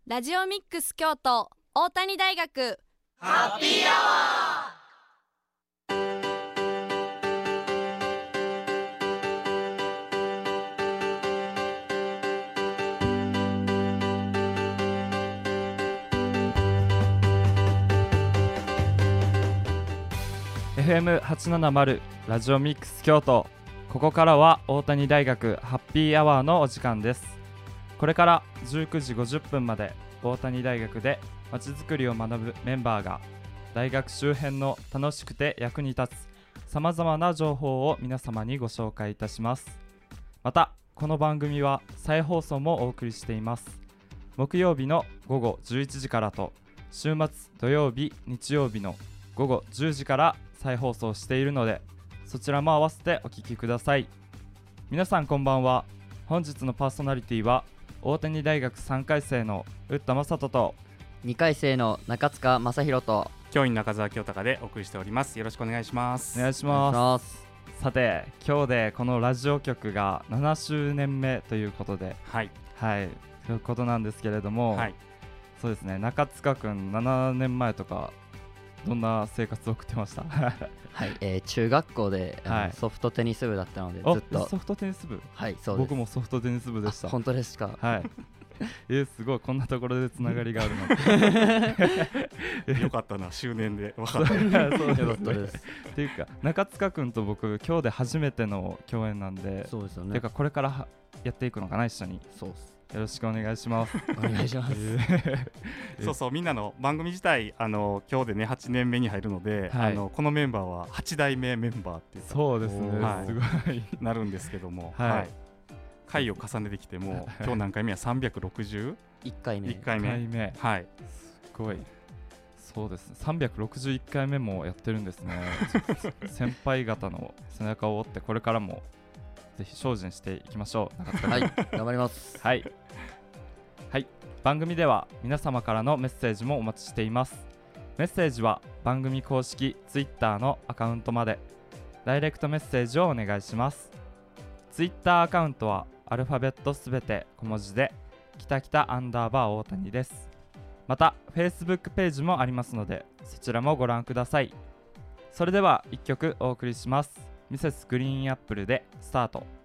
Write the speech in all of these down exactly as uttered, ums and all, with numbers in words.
ラジオミックス京都大谷大学ハッピーアワー。 エフエムはちななまる ラジオミックス京都。ここからは大谷大学ハッピーアワーのお時間です。これからじゅうくじごじゅっぷんまで大谷大学でまちづくりを学ぶメンバーが大学周辺の楽しくて役に立つさまざまな情報を皆様にご紹介いたします。またこの番組は再放送もお送りしています。木曜日の午後じゅういちじからと週末土曜日日曜日の午後じゅうじから再放送しているので、そちらも合わせてお聞きください。皆さんこんばんは。本日のパーソナリティは大谷大学さんかい生の打田正人とにかい生の中塚正宏と教員中澤清隆でお送りしております。よろしくお願いします。 お願いします。さて今日でこのラジオ局がななしゅうねんめということで、 はいはいということなんですけれども、 はい、 そうですね、中塚くんななねんまえとかどんな生活を送ってました？ はい、えー、中学校で、 はい、 ソフトテニス部だったのでずっと。 ソフトテニス部？ はいそうです。 僕もソフトテニス部でした。 本当ですか？ はいえー、すごい、こんなところでつながりがあるのよかったな、周年で分かった。 そうよかったです。 っていうか中塚くんと僕今日で初めての共演なんで、 そうですよね。 ていうかこれからやっていくのかな、一緒に。 そうです。 よろしくお願いします。 お願いします。 そうそう、みんなの番組自体あの今日でねはちねんめに入るので、はい、あのこのメンバーははちだいめメンバーっていうそうですね、はい、すごいなるんですけども、 はいはい、 回を重ねてきても今日何回目はさんびゃくろくじゅういっかいめ。 いっかいめ、 はい、 すごい。そうですね、さんびゃくろくじゅういっかいめもやってるんですね。先輩方の背中を追ってこれからもぜひ精進していきましょう。 はい、頑張ります。 はい、はい、番組では皆様からのメッセージもお待ちしています。メッセージは番組公式 Twitter のアカウントまでダイレクトメッセージをお願いします。 Twitter アカウントはアルファベットすべて小文字できたきたアンダーバー大谷です。また Facebook ページもありますのでそちらもご覧ください。それではいっきょくお送りします。ミセスグリーンアップルでスタート。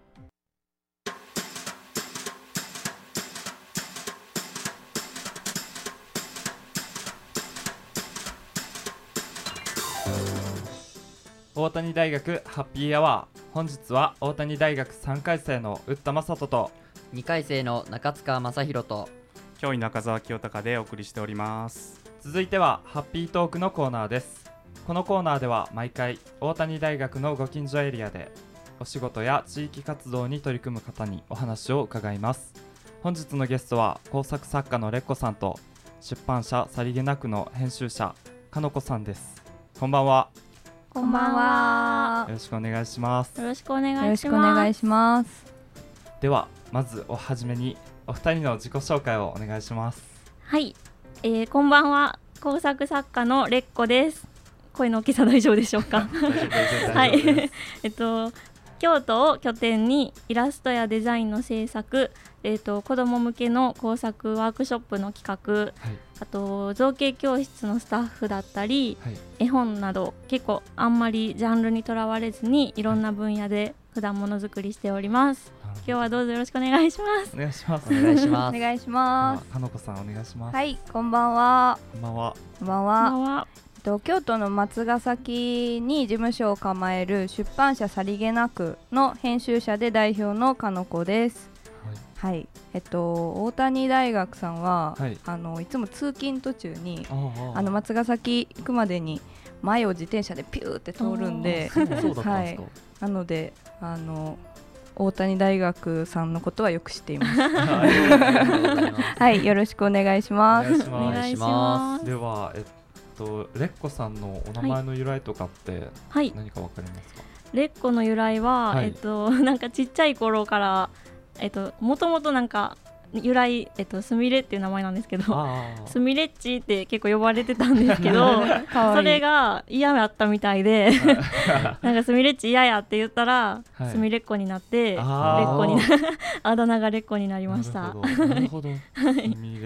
大谷大学ハッピーアワー。本日は大谷大学さんかい生の打田正人とにかい生の中塚正宏と教員中澤清隆でお送りしております。 続いてはハッピートークのコーナーです。このコーナーでは毎回大谷大学のご近所エリアでお仕事や地域活動に取り組む方にお話を伺います。本日のゲストは工作作家のレッコさんと出版社さりげなくの編集者かのこさんです。こんばんは。 こんばんは。 よろしくお願いします。 よろしくお願いします。よろしくお願いします。 ではまずおはじめにお二人の自己紹介をお願いします。 はい、えー、こんばんは。工作作家のレッコです。声の大きさ大丈夫でしょうか？ 大丈夫です。 はいえっと京都を拠点にイラストやデザインの制作、えー、と子ども向けの工作ワークショップの企画、はい、あと造形教室のスタッフだったり、はい、絵本など結構あんまりジャンルにとらわれずにいろんな分野で普段ものづくりしております。今日はどうぞよろしくお願いします。 お願いします。 お願いします。 お願いします。 かのこさんお願いします。 はい、こんばんは。 こんばんは。 こんばんは。京都の松ヶ崎に事務所を構える出版社さりげなくの編集者で代表のかのこです。はい、はい、えっと大谷大学さんは、はい、あのいつも通勤途中にあの松ヶ崎行くまでに前を自転車でピューって通るんで、はい、なのであの大谷大学さんのことはよく知っています。はい、よろしくお願いします。 お願いします。 では、えっと、レッコさんのお名前の由来とかって何かわかりますか？ はい、レッコの由来は、はい、えっと、なんかちっちゃい頃から、えっと、もともとなんか由来、えっと、スミレっていう名前なんですけど、スミレッチって結構呼ばれてたんですけどそれが嫌だったみたいでなんかスミレッチ嫌やって言ったら、はい、スミレッコになってレッコにあだ名がレッコになりました。 なるほど。なるほど。スミレッ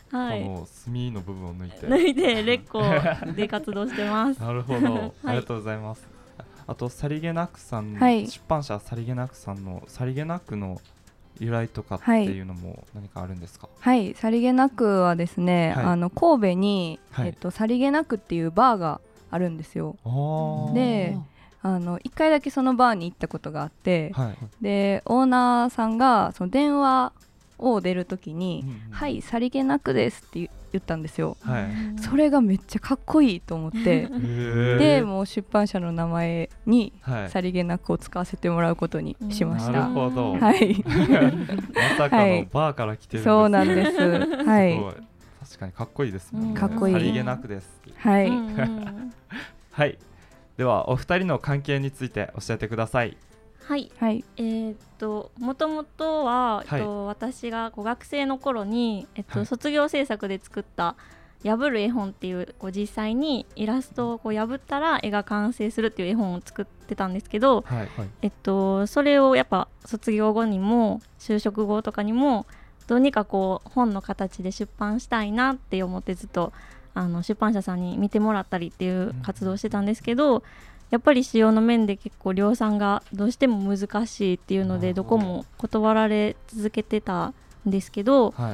はい、 あの墨の部分を抜いて抜いてレッコで活動してますなるほど、ありがとうございます。あとさりげなくさん、 はい、 出版社さりげなくさんのさりげなくの由来とかっていうのも何かあるんですか？ はい、さりげなくはですね、はい、あの神戸に、はい、えっと、さりげなくっていうバーがあるんですよ。で、あのいっかいだけそのバーに行ったことがあって、はい、でオーナーさんがその電話を出るときに、うんうん、はいさりげなくですって言ったんですよ、はい、それがめっちゃかっこいいと思ってでもう出版社の名前にさりげなくを使わせてもらうことにしました、 なるほど、 はい、 まさかのバーから来てるんです、 そうなんです、はい、 すごい確かにかっこいいですもんね、 かっこいい、 さりげなくです、 はい、 はい、ではお二人の関係について教えてください。 はい、はい、えー、っともともとは、はい、えっと、私がこう学生の頃に、えっとはい、卒業制作で作った破る絵本っていう、こう実際にイラストをこう破ったら絵が完成するっていう絵本を作ってたんですけど、はいはい、えっと、それをやっぱ卒業後にも就職後とかにもどうにかこう本の形で出版したいなって思ってずっとあの出版社さんに見てもらったりっていう活動をしてたんですけど、うん、やっぱり仕様の面で結構量産がどうしても難しいっていうのでどこも断られ続けてたんですけど、はい、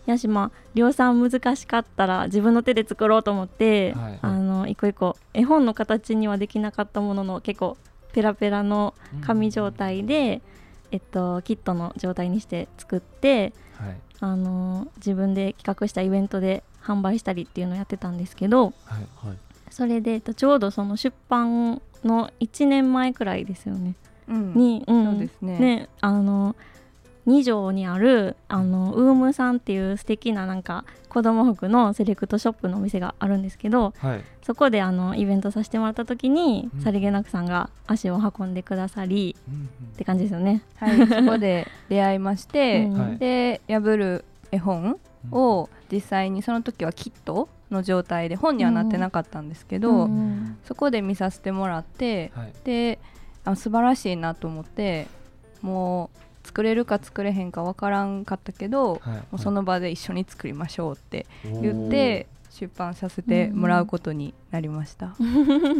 やしまあ量産難しかったら自分の手で作ろうと思って、はい、あの一個一個絵本の形にはできなかったものの結構ペラペラの紙状態で、うん、えっと、キットの状態にして作って、はい、あの自分で企画したイベントで販売したりっていうのをやってたんですけど、はいはい、それでちょうどその出版のいちねんまえくらいですよね、うん、に、うん、そうですね、ね、あのに条にあるあのウームさんっていう素敵ななんか子供服のセレクトショップのお店があるんですけど、はい、そこであのイベントさせてもらった時に、うん、さりげなくさんが足を運んでくださり、うんうん、って感じですよね、 はい、そこで出会いまして、うん、で破る絵本を実際にその時はキットの状態で本にはなってなかったんですけど、うん、そこで見させてもらって、はい、であ素晴らしいなと思って、もう作れるか作れへんか分からんかったけど、はい、もうその場で一緒に作りましょうって言って出版させてもらうことになりました、うん、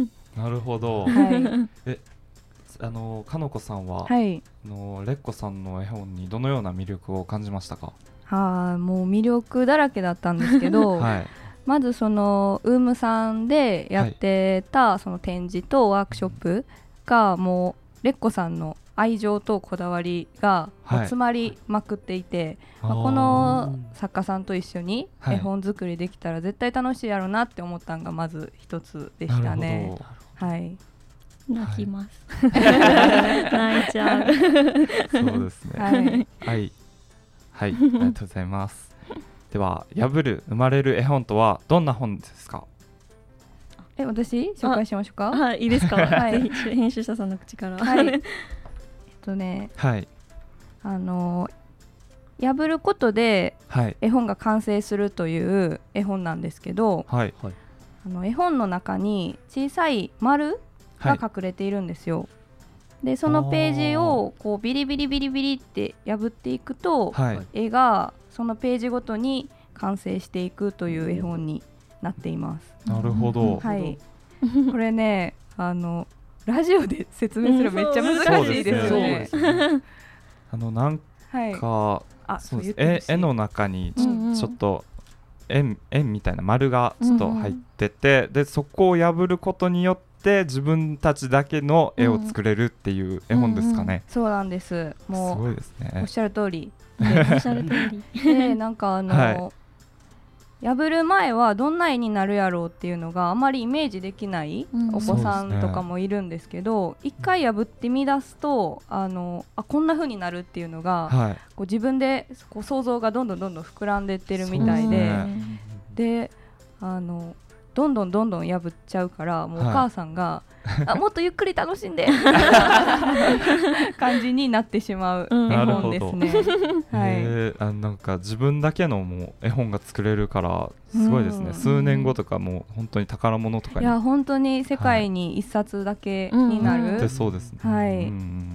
なるほど、 はい、 えあのかのこさんは、 はい、 あのレッコさんの絵本にどのような魅力を感じましたか？ はあ、もう魅力だらけだったんですけど、はい、まずそのウームさんでやってたその展示とワークショップがもうレッコさんの愛情とこだわりが詰まりまくっていて、はい、まあ、この作家さんと一緒に絵本作りできたら絶対楽しいやろうなって思ったのがまず一つでしたね。はい、 泣きます、はい、泣いちゃうそうですね、はいはいはい、ありがとうございますでは破る生まれる絵本とはどんな本ですか？ え私紹介しましょうか？ はい、いいですか、はい、ぜひ編集者さんの口から、 はい、えっとね、はい、あの破ることで絵本が完成するという絵本なんですけど、はい、あの絵本の中に小さい丸が隠れているんですよ、はい、でそのページをこうビリビリビリビリって破っていくと、はい、絵がそのページごとに完成していくという絵本になっています。 なるほど、 はい、これねあのラジオで説明するのめっちゃ難しいですよね。 あのなんか、はい、あそうです絵, 絵の中に ち,、うんうん、ちょっと円, 円みたいな丸がちょっと入ってて、うんうん、でそこを破ることによって自分たちだけの絵を作れるっていう絵本ですかね、うんうんうん、 そうなんです。もうすごいですね、 おっしゃる通りおっしゃる通りでなんかあの、はい、破る前はどんな絵になるやろうっていうのがあまりイメージできないお子さんとかもいるんですけど、一、うん、回破ってみ出すとあのあこんな風になるっていうのが、はい、こう自分でこう想像がどんどんどんどん膨らんでってるみたいで、であのどんどんどんどん破っちゃうからもうお母さんが、はい、 あもっとゆっくり楽しんで感じになってしまう絵本ですね。 はい、えー、あなんか自分だけのもう絵本が作れるからすごいですね、うん、数年後とかもう本当に宝物とかに、 いや本当に世界に一冊だけになる、 はい、そうですね、 はい、うん、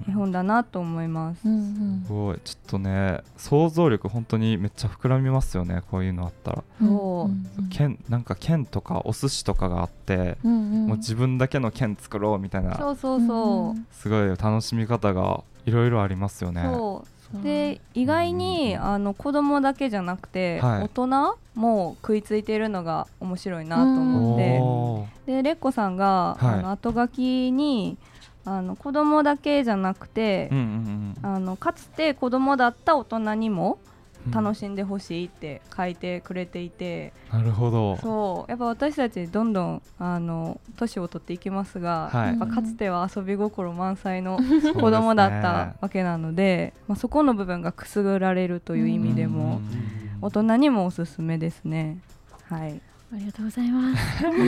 絵本だなと思います、うんうん、 すごいちょっとね想像力本当にめっちゃ膨らみますよね、こういうのあったら。 そう、 剣なんか剣とかお寿司とかがあって、うんうん、もう自分だけの剣作ろうみたいな、 そうそうそう、 すごい楽しみ方がいろいろありますよね。 そうで意外にあの子供だけじゃなくて、はい、大人も食いついているのが面白いなと思って、でレッコさんが、はい、あの後書きにあの子供だけじゃなくて、うんうんうん、あのかつて子供だった大人にも楽しんでほしいって書いてくれていて、 うん、なるほど。 そうやっぱ私たちどんどんあの年を取っていきますが、はい、やっぱかつては遊び心満載の子供だったわけなので、まあ、そこの部分がくすぐられるという意味でも大人にもおすすめですね。はい、 ありがとうございます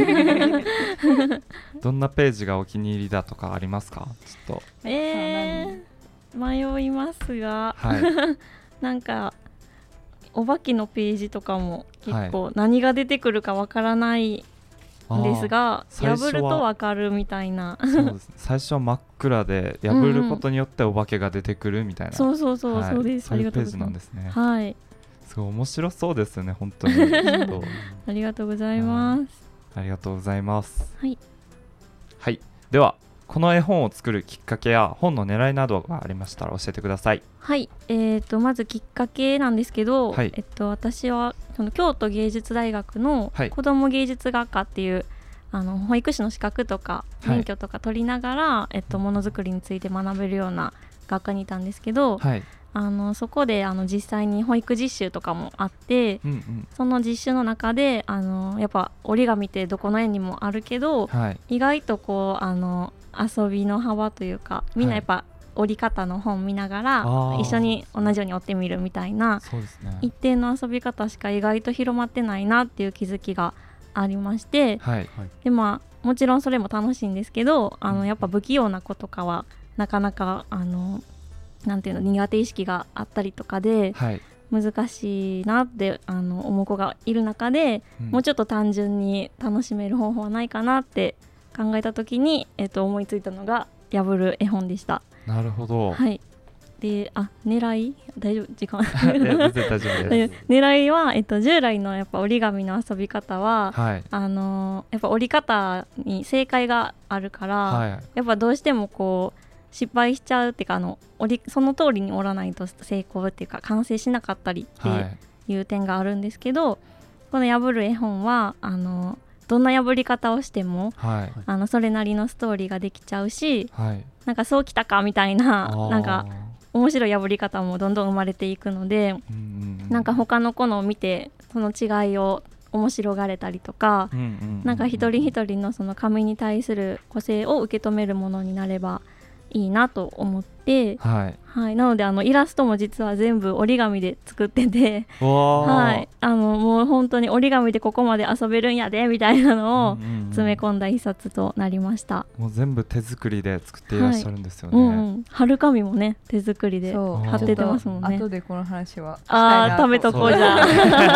どんなページがお気に入りだとかありますか？ちょっとえー、迷いますが、はい、なんかお化けのページとかも結構何が出てくるかわからないんですが、破るとわかるみたいな。 そうですね、最初は真っ暗で破ることによってお化けが出てくるみたいな、 うん、そうそうそう、はい、そうです。 そういうページなんですね。 はい、 すごい面白そうですよね本当にありがとうございます。 ありがとうございます。 はい、 はい、ではこの絵本を作るきっかけや本の狙いなどがありましたら教えてください。 はい、えー、とまずきっかけなんですけど、はい、えっと、私はその京都芸術大学の子ども芸術学科っていう、はい、あの保育士の資格とか免許とか取りながら、はい、えっと、ものづくりについて学べるような学科にいたんですけど、はい、あのそこであの実際に保育実習とかもあって、うんうん、その実習の中であのやっぱ折り紙ってどこの園にもあるけど、はい、意外とこうあの遊びの幅というかみんなやっぱ折り方の本見ながら、はい、一緒に同じように折ってみるみたいな、そうですね、一定の遊び方しか意外と広まってないなっていう気づきがありまして、はい、でまあもちろんそれも楽しいんですけど、あのやっぱ不器用な子とかはなかなかあのなんていうの苦手意識があったりとかで、はい、難しいなってあの思う子がいる中で、うん、もうちょっと単純に楽しめる方法はないかなって考えた時に、えっと、思いついたのが破る絵本でした。 なるほど。 はい、であ狙い大丈夫時間全然大丈夫です狙いは、えっと、従来のやっぱ折り紙の遊び方は、はい、あのやっぱ折り方に正解があるから、はい、やっぱどうしてもこう失敗しちゃうっていうか、あの折りその通りに折らないと成功っていうか完成しなかったりっていう点があるんですけど、はい、この破る絵本はあのどんな破り方をしても、はい、あのそれなりのストーリーができちゃうし、はい、なんかそうきたかみたいな、なんか面白い破り方もどんどん生まれていくので、うんうん、なんか他の子のを見てその違いを面白がれたりとか、うんうんうん、なんか一人一人のその紙に対する個性を受け止めるものになればいいなと思って、はいはい、なのであのイラストも実は全部折り紙で作ってて、はい、あのもう本当に折り紙でここまで遊べるんやでみたいなのを詰め込んだ一冊となりました。 もう全部手作りで作っていらっしゃるんですよね。 はい、うんうん、貼る紙もね手作りで貼っててますもんね。 後でこの話はあー食べとこうじゃあ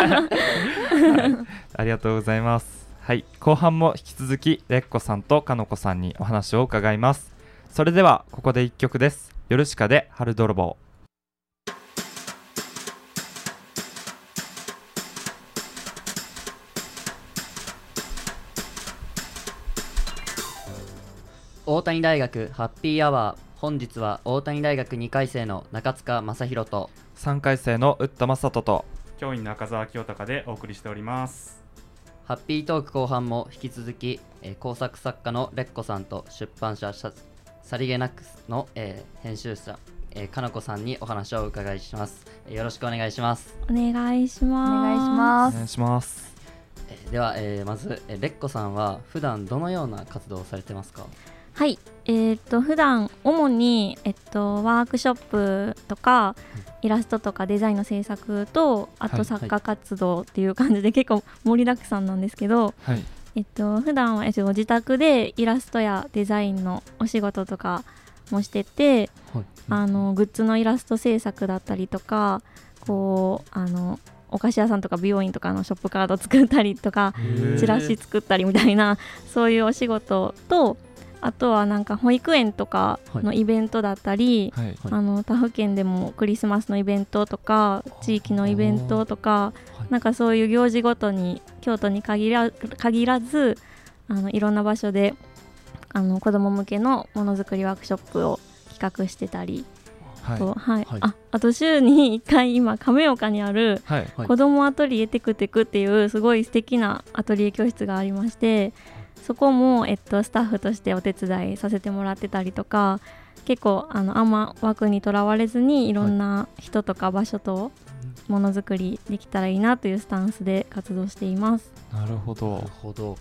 ありがとうございます。はい、後半も引き続きレッコさんとかのこさんにお話を伺います。それではここでいっきょくです。ヨルシカで春泥棒。 大谷大学ハッピーアワー、本日は大谷大学にかい生の中塚正宏とさんかい生の打田正人と教員の中澤清隆でお送りしております。 ハッピートーク後半も引き続き、えー、工作作家のレッコさんと出版社さりげなくの、えー、編集者、えー、かなこさんにお話をお伺いします。えー、よろしくお願いします。 お願いします。 お願いします。 お願いします。 えー、では、えー、まず、えー、レッコさんは普段どのような活動をされてますか？ はい、えー、と普段主に、えっと、ワークショップとか、イラストとかデザインの制作とあと作家活動っていう感じで、はい、結構盛りだくさんなんですけど、はい、 えっと普段はえっと自宅でイラストやデザインのお仕事とかもしてて、はい、あのグッズのイラスト制作だったりとか、こうあのお菓子屋さんとか美容院とかのショップカード作ったりとかチラシ作ったりみたいなそういうお仕事と、あとはなんか保育園とかのイベントだったり、はい、あの他府県でもクリスマスのイベントとか地域のイベントとか、なんかそういう行事ごとに京都に限ら、限らずあのいろんな場所であの子ども向けのものづくりワークショップを企画してたり、はいとはいはい、あ, あと週にいっかい今亀岡にある子どもアトリエテクテクっていうすごい素敵なアトリエ教室がありまして、そこも、えっと、スタッフとしてお手伝いさせてもらってたりとか、結構あのあんま枠にとらわれずにいろんな人とか場所とものづくりできたらいいなというスタンスで活動しています。 なるほどなるほど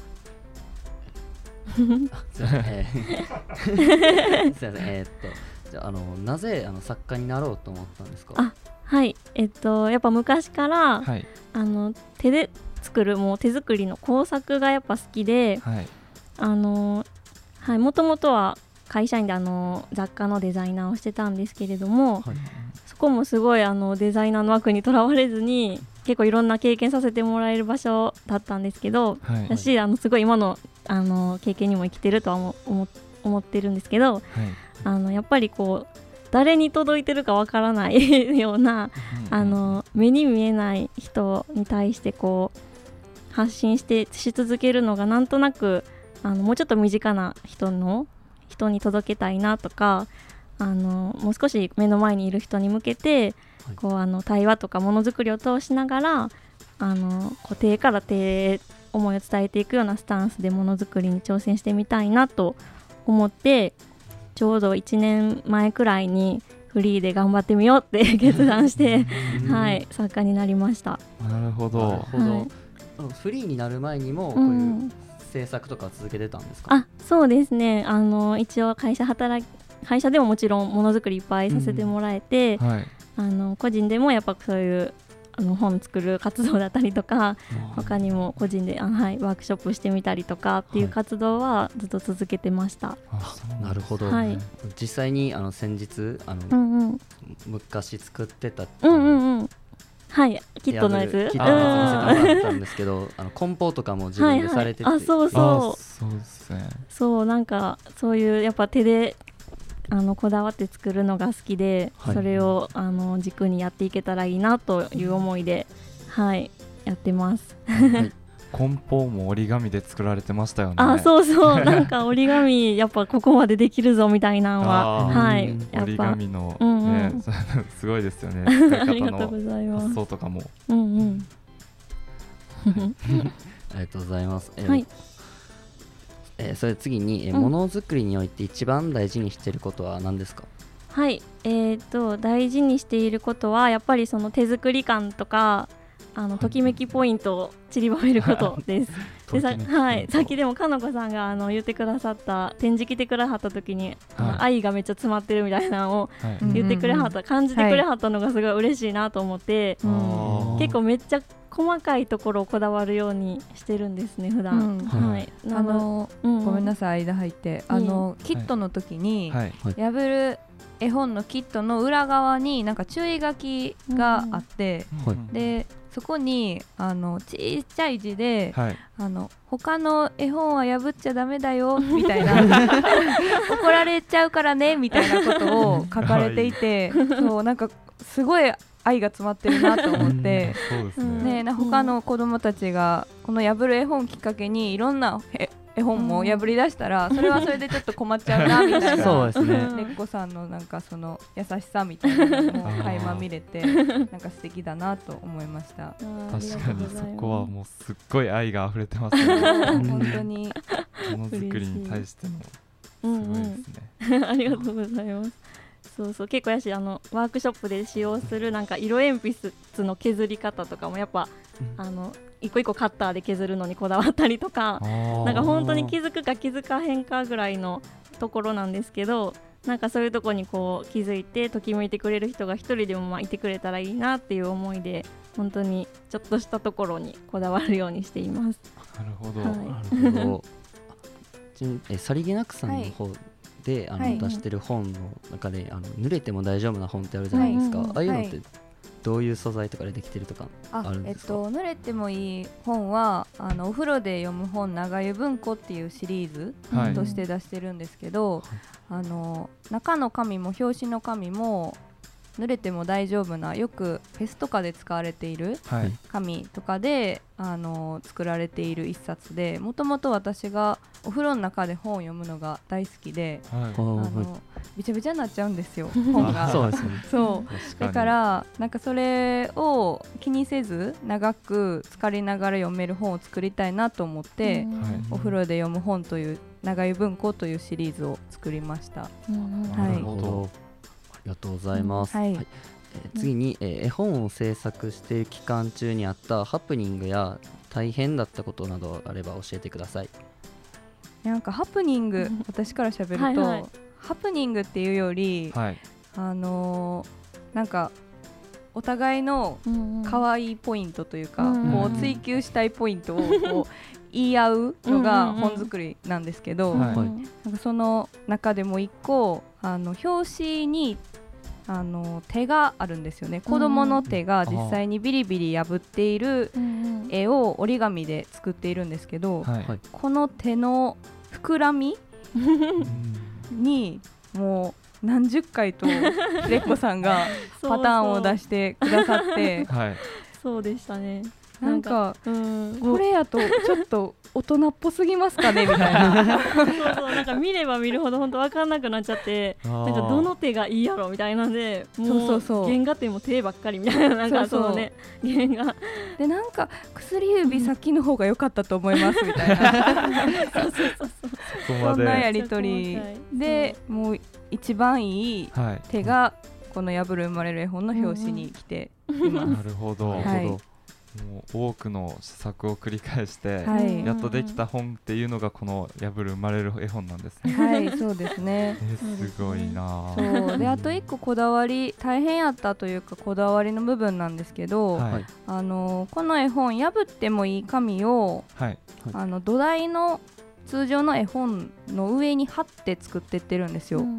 すいません、えー、すいません、えー、っとじゃあ、あのなぜあの作家になろうと思ったんですか？ あ、はいえっとやっぱ昔から、はい、あの手で作るもう手作りの工作がやっぱ好きで、はい、あのはいもともとは会社員であの雑貨のデザイナーをしてたんですけれども、はい、そこもすごいあのデザイナーの枠にとらわれずに結構いろんな経験させてもらえる場所だったんですけど、はい、私あのすごい今の、あの経験にも生きてるとは思、思、思ってるんですけど、はい、あのやっぱりこう誰に届いてるかわからないような、うん、あの目に見えない人に対してこう発信してし続けるのがなんとなくあのもうちょっと身近な人の人に届けたいなとか、あのもう少し目の前にいる人に向けてこうあの対話とかものづくりを通しながらあのこう手から手へ思いを伝えていくようなスタンスでものづくりに挑戦してみたいなと思って、ちょうどいちねんまえくらいにフリーで頑張ってみようって決断してはい、作家になりました。 なるほど、なるほど、はい、フリーになる前にもこういう制作とか続けてたんですか？ あ、そうですね、あの一応会社働き会社でももちろんものづくりいっぱいさせてもらえて、うんはい、あの個人でもやっぱそういうあの本作る活動だったりとか、他にも個人であ、はい、ワークショップしてみたりとかっていう活動はずっと続けてました。はい、 あ、なるほど、はい、実際にあの先日あの、うんうん、昔作ってたうんうんうんはいキットのやつキットのやつ見せてもらったんですけどあの梱包とかも自分でされてて、 はいはい、あそうそうそうですね、 そうなんかそういうやっぱ手であのこだわって作るのが好きで、はい、それをあの軸にやっていけたらいいなという思いで、はい、やってます、はい、 梱包も折り紙で作られてましたよね。 あ、そうそうなんか折り紙やっぱここまでできるぞみたいなのははい、やっぱ折り紙の、ね、うんうん、すごいですよね、使い方の発想とかもうんうん、 はい、ありがとうございます、えーはいえー、それ次に、えー、ものづくりにおいて一番大事にしていることは何ですか？ はい、えー、と大事にしていることはやっぱりその手作り感とかあのときめきポイントを散りばめることです。でさ、はい、さっきでもかのこさんがあの言ってくださった展示来てくれはった時に、はい、愛がめっちゃ詰まってるみたいなのを言ってくれはった、はい、感じてくれはったのがすごい嬉しいなと思って、はい、結構めっちゃ細かいところをこだわるようにしてるんですね普段、うん、はい、 あの、うんうん、ごめんなさい間入ってあの、キットの時に、はい、破る絵本のキットの裏側になんか注意書きがあって、うん、でそこにあのちっちゃい字で、はい、あの他の絵本は破っちゃダメだよみたいな怒られちゃうからねみたいなことを書かれていて、はい、そうなんかすごい愛が詰まってるなと思って、うん、そうですね、ね、他の子どもたちがこの破る絵本きっかけにいろんな絵本も破り出したら、うん、それはそれでちょっと困っちゃうなみたいなそうですね、 ねっこさんのなんかその優しさみたいなのも垣間見れてなんか素敵だなと思いました。 確かにそこはもうすっごい愛が溢れてますね本当にものづくりに対してもすごいですね、 うんうん、ありがとうございます。そうそう結構やしあのワークショップで使用するなんか色鉛筆の削り方とかもやっぱ、うん、あの一個一個カッターで削るのにこだわったりとかなんか本当に気づくか気づかへんかぐらいのところなんですけど、なんかそういうところにこう気づいてときめいてくれる人が一人でもまあいてくれたらいいなっていう思いで本当にちょっとしたところにこだわるようにしています。 なるほど、 はい、 なるほどちなえさりげなくさんの方で、はい、あの、はい、出してる本の中であの濡れても大丈夫な本ってあるじゃないですか、はい、ああいうのってどういう素材とかでできてるとかあるんですか？ あ、えっと、濡れてもいい本はあのお風呂で読む本長湯文庫っていうシリーズとして出してるんですけど、はい、あの中の紙も表紙の紙も濡れても大丈夫なよくフェスとかで使われている紙とかで、はい、あの作られている一冊で、もともと私がお風呂の中で本を読むのが大好きで、はい、あのびちゃびちゃになっちゃうんですよ本が。 そうですね。 そうだからなんかそれを気にせず長く浸かりながら読める本を作りたいなと思って、うん、お風呂で読む本という長湯文庫というシリーズを作りました。うん、 なるほど、ありがとうございます。うん、はいはい、えー、次に、えー、絵本を制作している期間中にあったハプニングや大変だったことなどあれば教えてください。 なんかハプニング私から喋るとはい、はい、ハプニングっていうより、はい、あのー、なんかお互いの可愛いポイントというか、うんうん、こう追求したいポイントをこう言い合うのが本作りなんですけど、うんうんうん、なんかその中でも一個あの表紙にあの手があるんですよね。子供の手が実際にビリビリ破っている絵を折り紙で作っているんですけど、はい、この手の膨らみにもう何十回とレッコさんがパターンを出してくださってはい、そうでしたね。 なんか、うん、これやとちょっと大人っぽすぎますかねみたいなそうそう、なんか見れば見るほど本当分かんなくなっちゃって、なんかどの手がいいやろみたいなんで、もうそうそうそう、原画っても手ばっかりみたいな、なんかそのね原画でなんか薬指先の方が良かったと思いますみたいなそうそうそうそう、そんなやり取りでもう一番いい手がこの破る生まれる絵本の表紙に来ています。 なるほど、はい、もう多くの試作を繰り返して、はい、やっとできた本っていうのがこの破る生まれる絵本なんですね。 はい、そうですね。 えー、すごいな。 そうで、あと一個こだわり大変やったというかこだわりの部分なんですけど、はい、あのこの絵本破ってもいい紙を、はい、あの土台の通常の絵本の上に貼って作ってってるんですよ。はい、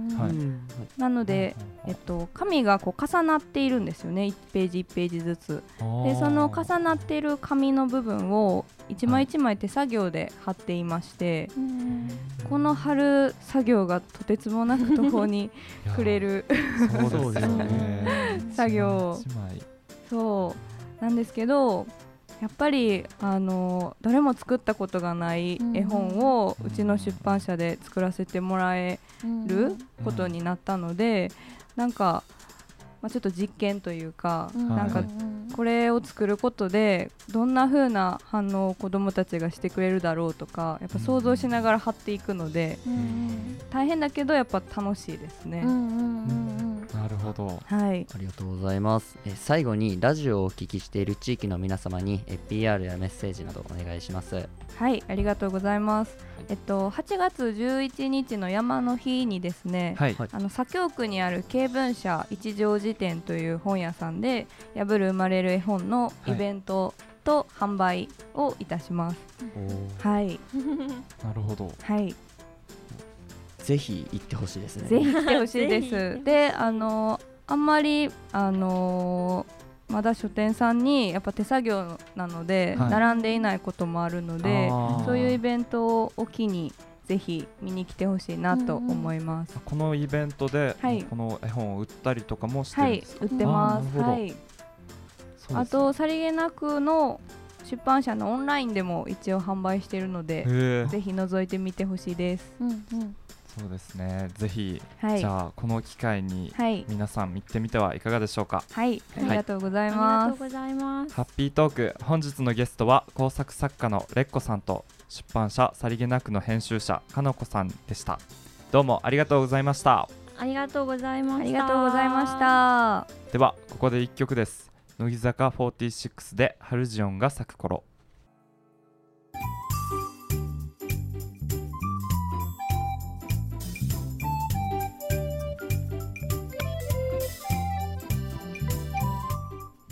なので、えっと、紙がこう重なっているんですよね。いちページいちページずつで、その重なっている紙の部分を一枚一枚手作業で貼っていまして、はい、この貼る作業がとてつもなく途方に暮れるそうですよね作業そうなんですけど、やっぱりあの誰も作ったことがない絵本をうちの出版社で作らせてもらえることになったので、なんか、まあ、ちょっと実験というか、なんかこれを作ることでどんな風な反応を子どもたちがしてくれるだろうとか、やっぱ想像しながら貼っていくので大変だけどやっぱ楽しいですね。 なるほど、 はい、 ありがとうございます。え最後にラジオをお聞きしている地域の皆様にえ ピーアール やメッセージなどお願いします。 はい、ありがとうございます。えっと、はちがつじゅういちにちの山の日にですね、はい、あの左京区にある経文社一条寺店という本屋さんで破る生まれる絵本のイベントと販売をいたします。はい、 なるほど、 はい、 ぜひ行ってほしいですね。 ぜひ来てほしいですで、あのあんまりあのーまだ書店さんにやっぱ手作業なので、はい、並んでいないこともあるので、そういうイベントを機にぜひ見に来てほしいなと思います。うんうん、 このイベントで、はい、この絵本を売ったりとかもしてるんですか？ はい、売ってます。はい、あとさりげなくの出版社のオンラインでも一応販売しているので、ぜひ覗いてみてほしいです。うんうん、 そうですね、ぜひ、はい、じゃあこの機会に皆さん見てみてはいかがでしょうか。 はい、ありがとうございます。 ハッピートーク、本日のゲストは工作作家のレッコさんと出版社さりげなくの編集者かのこさんでした。どうもありがとうございました。 ありがとうございました。 ありがとうございました。 ではここでいっきょくです。乃木坂フォーティーシックスでハルジオンが咲く頃。大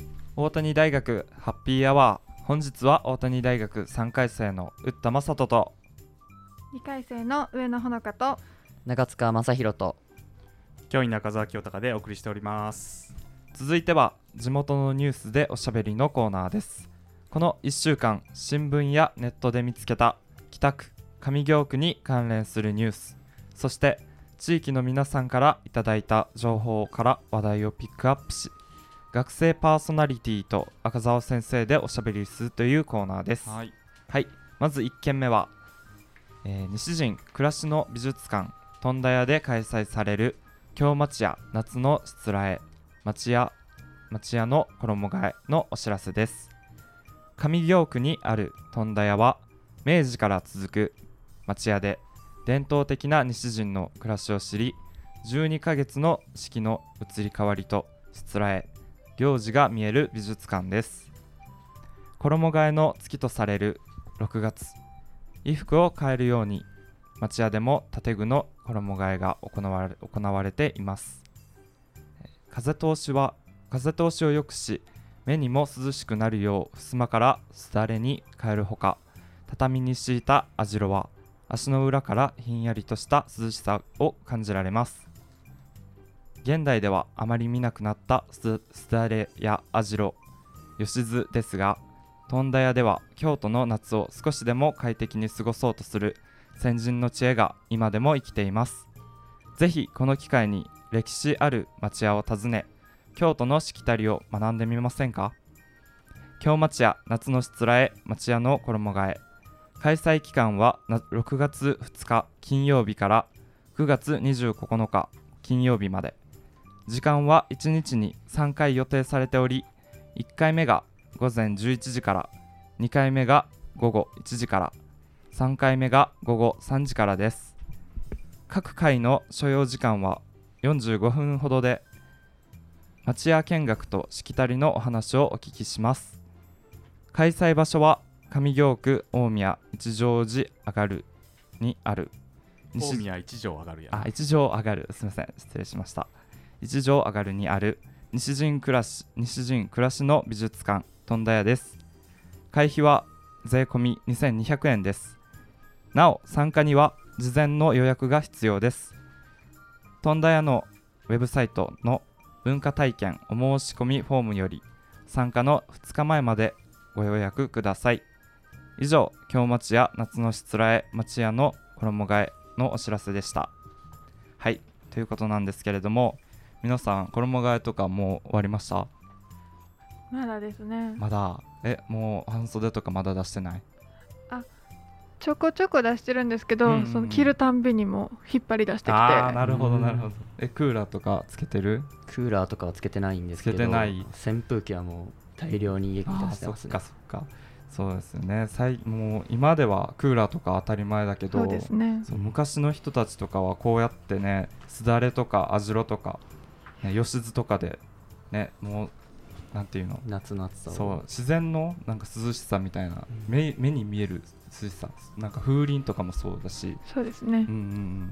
大谷大学ハッピーアワー。本日は大谷大学さんかい生の宇田正人とにかい生の上野ほのかと長塚正弘と教員中澤清隆でお送りしております。 続いては地元のニュースでおしゃべりのコーナーです。このいっしゅうかん新聞やネットで見つけた北区上京区に関連するニュース、そして地域の皆さんからいただいた情報から話題をピックアップし、学生パーソナリティと赤澤先生でおしゃべりするというコーナーです。 はい、 はい、まずいっけんめは、えー、西陣暮らしの美術館富田屋で開催される京町屋夏のしつらえ町屋町屋の衣替えのお知らせです。上京区にある富田屋は明治から続く町屋で、伝統的な西陣の暮らしを知り、じゅうにかげつの四季の移り変わりとしつらえ行事が見える美術館です。衣替えの月とされるろくがつ、衣服を変えるように町屋でも建具の衣替えが行われ、行われています。風通しは風通しを良くし、目にも涼しくなるよう襖からすだれに変えるほか、畳に敷いた網代は足の裏からひんやりとした涼しさを感じられます。現代ではあまり見なくなったすだれや網代、よしずですが、富田屋では京都の夏を少しでも快適に過ごそうとする先人の知恵が今でも生きています。ぜひこの機会に歴史ある町屋を訪ね、京都のしきたりを学んでみませんか。京町屋夏のしつらえ町屋の衣替え、開催期間はろくがつふつか金曜日からくがつにじゅうくにち金曜日まで。時間はいちにちにさんかい予定されており、いっかいめがごぜんじゅういちじから、にかいめがごごいちじから、さんかいめがごごさんじからです。各回の所要時間はよんじゅうごふんほどで、町屋見学としきたりのお話をお聞きします。開催場所は上京区大宮一条寺上がるにある大宮一条上がるやあ一条上がるすみません失礼しました一条上がるにある西陣暮らし西陣暮らしの美術館富田屋です。会費は税込みにせんにひゃくえんです。なお参加には事前の予約が必要です。富田屋のウェブサイトの文化体験お申し込みフォームより参加のふつかまえまでご予約ください。以上、京町屋夏のしつらえ町屋の衣替えのお知らせでした。はい、ということなんですけれども、皆さん衣替えとかもう終わりました？ まだですね。 まだ。え、もう半袖とかまだ出してない？ あ、ちょこちょこ出してるんですけど、うんうんうん、その着るたんびにも引っ張り出してきて。 あー、なるほどなるほど。え、クーラーとかつけてる？ クーラーとかはつけてないんですけど、 つけてない。 扇風機はもう大量に家に出してますね。 あ、そっかそっか。そうですよね。もう今ではクーラーとか当たり前だけど、 そうですね。 そう昔の人たちとかはこうやってね、すだれとか網代とか、ね、よしずとかでね、もうなんていうの、 夏の暑さを、 そう自然のなんか涼しさみたいな、うん、目, 目に見える涼しさ、なんか風鈴とかもそうだし、 そうですね、 うんうんうん、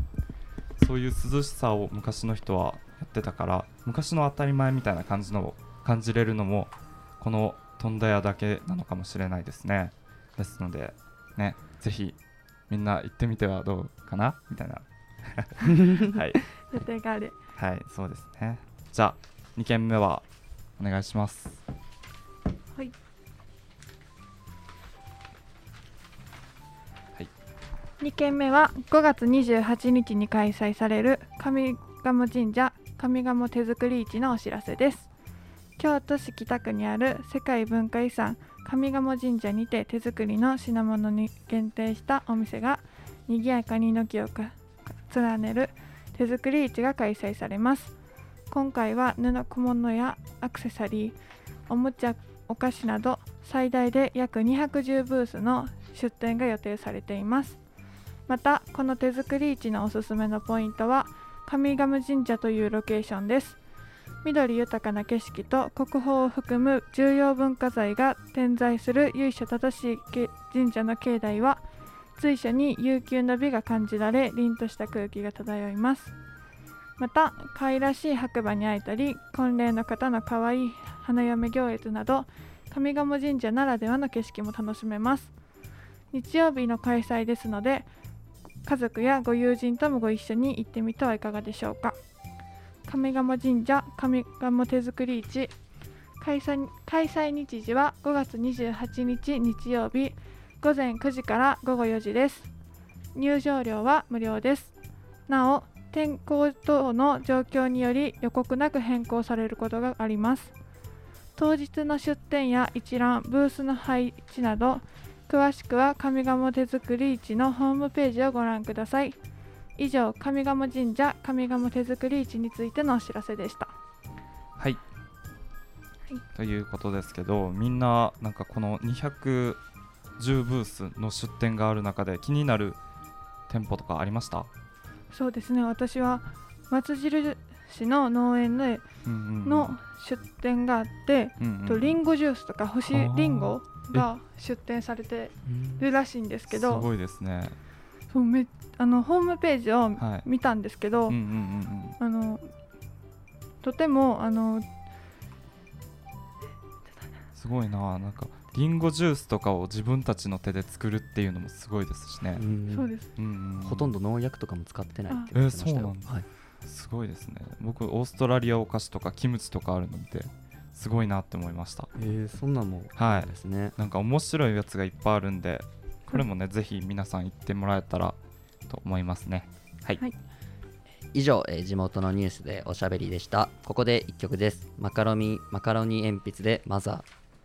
そういう涼しさを昔の人はやってたから、昔の当たり前みたいな感じのを感じれるのもこの富田屋だけなのかもしれないですね。ですのでね、ぜひみんな行ってみてはどうかなみたいなはい予定がある。 はい、そうですね。じゃあにけんめはお願いします。 はい、 はい、 にけんめはごがつにじゅうはちにちに開催される上賀茂神社上賀茂手作り市のお知らせです。京都市北区にある世界文化遺産上賀茂神社にて手作りの品物に限定したお店がにぎやかに軒を連ねる手作り市が開催されます。今回は布小物やアクセサリー、おもちゃ、お菓子など最大で約にひゃくじゅうブースの出店が予定されています。またこの手作り市のおすすめのポイントは上賀茂神社というロケーションです。緑豊かな景色と国宝を含む重要文化財が点在する由緒正しい神社の境内は随所に悠久の美が感じられ、凛とした空気が漂います。 また可愛らしい白馬に会えたり、婚礼の方の可愛い花嫁行列など上賀茂神社ならではの景色も楽しめます。日曜日の開催ですので、家族やご友人ともご一緒に行ってみてはいかがでしょうか。上賀茂神社上賀茂手作り市、開催、開催日時はごがつにじゅうはちにち日曜日ごぜんくじからごごよじです。入場料は無料です。なお、天候等の状況により予告なく変更されることがあります。当日の出店や一覧、ブースの配置など詳しくは上賀茂手作り市のホームページをご覧ください。以上、上賀茂神社上賀茂手作り市についてのお知らせでした。 はい、はい、ということですけど、みんななんかこのにひゃくじゅうブースの出店がある中で気になる店舗とかありました？ そうですね、私は松印の農園での出店があって、うんうん、とリンゴジュースとか干しリンゴが出店されてるらしいんですけど、 すごいですね。 そうめあのホームページを見たんですけど、あのとてもあのすごいな、なんかリンゴジュースとかを自分たちの手で作るっていうのもすごいですしね。 そうです、 うんうん、ほとんど農薬とかも使ってないって言ってましたよ。えー、そうなんだ、 はい、 すごいですね。僕オーストラリアお菓子とかキムチとかあるのですごいなって思いました。 えー、そんなもんあるんですね。 はい、なんか面白いやつがいっぱいあるんで、これもね、ぜひ皆さん行ってもらえたらと思いますね。はい、はい、 以上、えー、地元のニュースでおしゃべりでした。ここでいっきょくです。マカロニマカロニ鉛筆でマザー。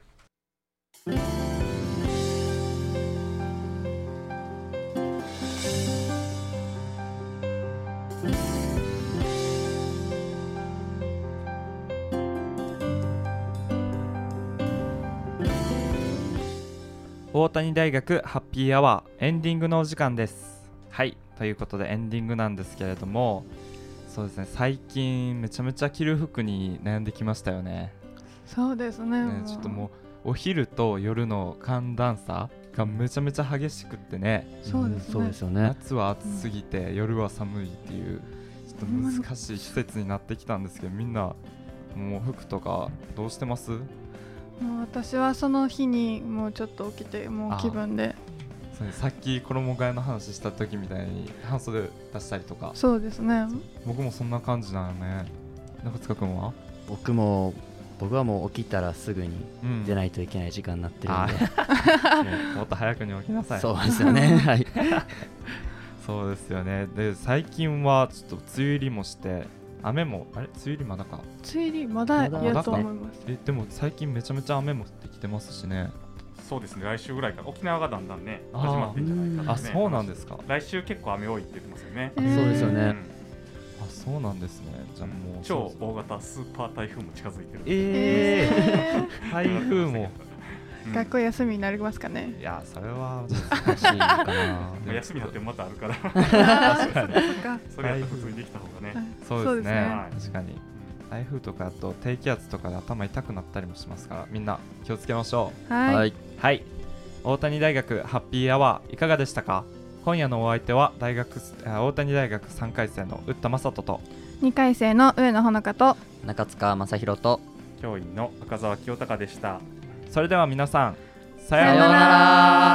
大谷大学ハッピーアワーエンディングのお時間です。はい、ということでエンディングなんですけれども、そうですね、最近めちゃめちゃ着る服に悩んできましたよね。 そうです ね, ねちょっともうお昼と夜の寒暖差がめちゃめちゃ激しくってね。 そうですね、 そうですよね。 夏は暑すぎて、うん、夜は寒いっていうちょっと難しい季節になってきたんですけど、みんなもう服とかどうしてます？ もう私はその日にもうちょっと起きて、もう気分で、 そう、さっき衣替えの話した時みたいに半袖出したりとか。 そうですね、 僕もそんな感じなのね。中塚君は？ 僕も僕はもう起きたらすぐに出ないといけない時間になってるんで、 うん、もっと早くに起きなさい。 そうですよねはい、 そうですよね。で、最近はちょっと梅雨入りもして雨も、あれ梅雨入りまだか。 梅雨入りまだやと思います。 えでも最近めちゃめちゃ雨も降ってきてますしね。 そうですね、来週ぐらいから沖縄がだんだんね始まってんじゃないかな、ね、 あ、そうなんですか。 来週結構雨多いって言ってますよね。 そうですよね、うん、 あ、そうなんですね。じゃあもう超大型スーパー台風も近づいてる。 えー、台風も学校休みになりますかね。 いや、それは難しいかな休みになってもまたあるから確かにそれやったら普通にできた方がね、 はい、そうですね、はい、確かに台風とかだと低気圧とかで頭痛くなったりもしますから、みんな気をつけましょう。はい、はいはい、大谷大学ハッピーアワーいかがでしたか？今夜のお相手は大学大谷大学さんかい生の打田正人とにかい生の上野ほのかと中塚正宏と教員の赤澤清隆でした。 それでは皆さん、 さようなら。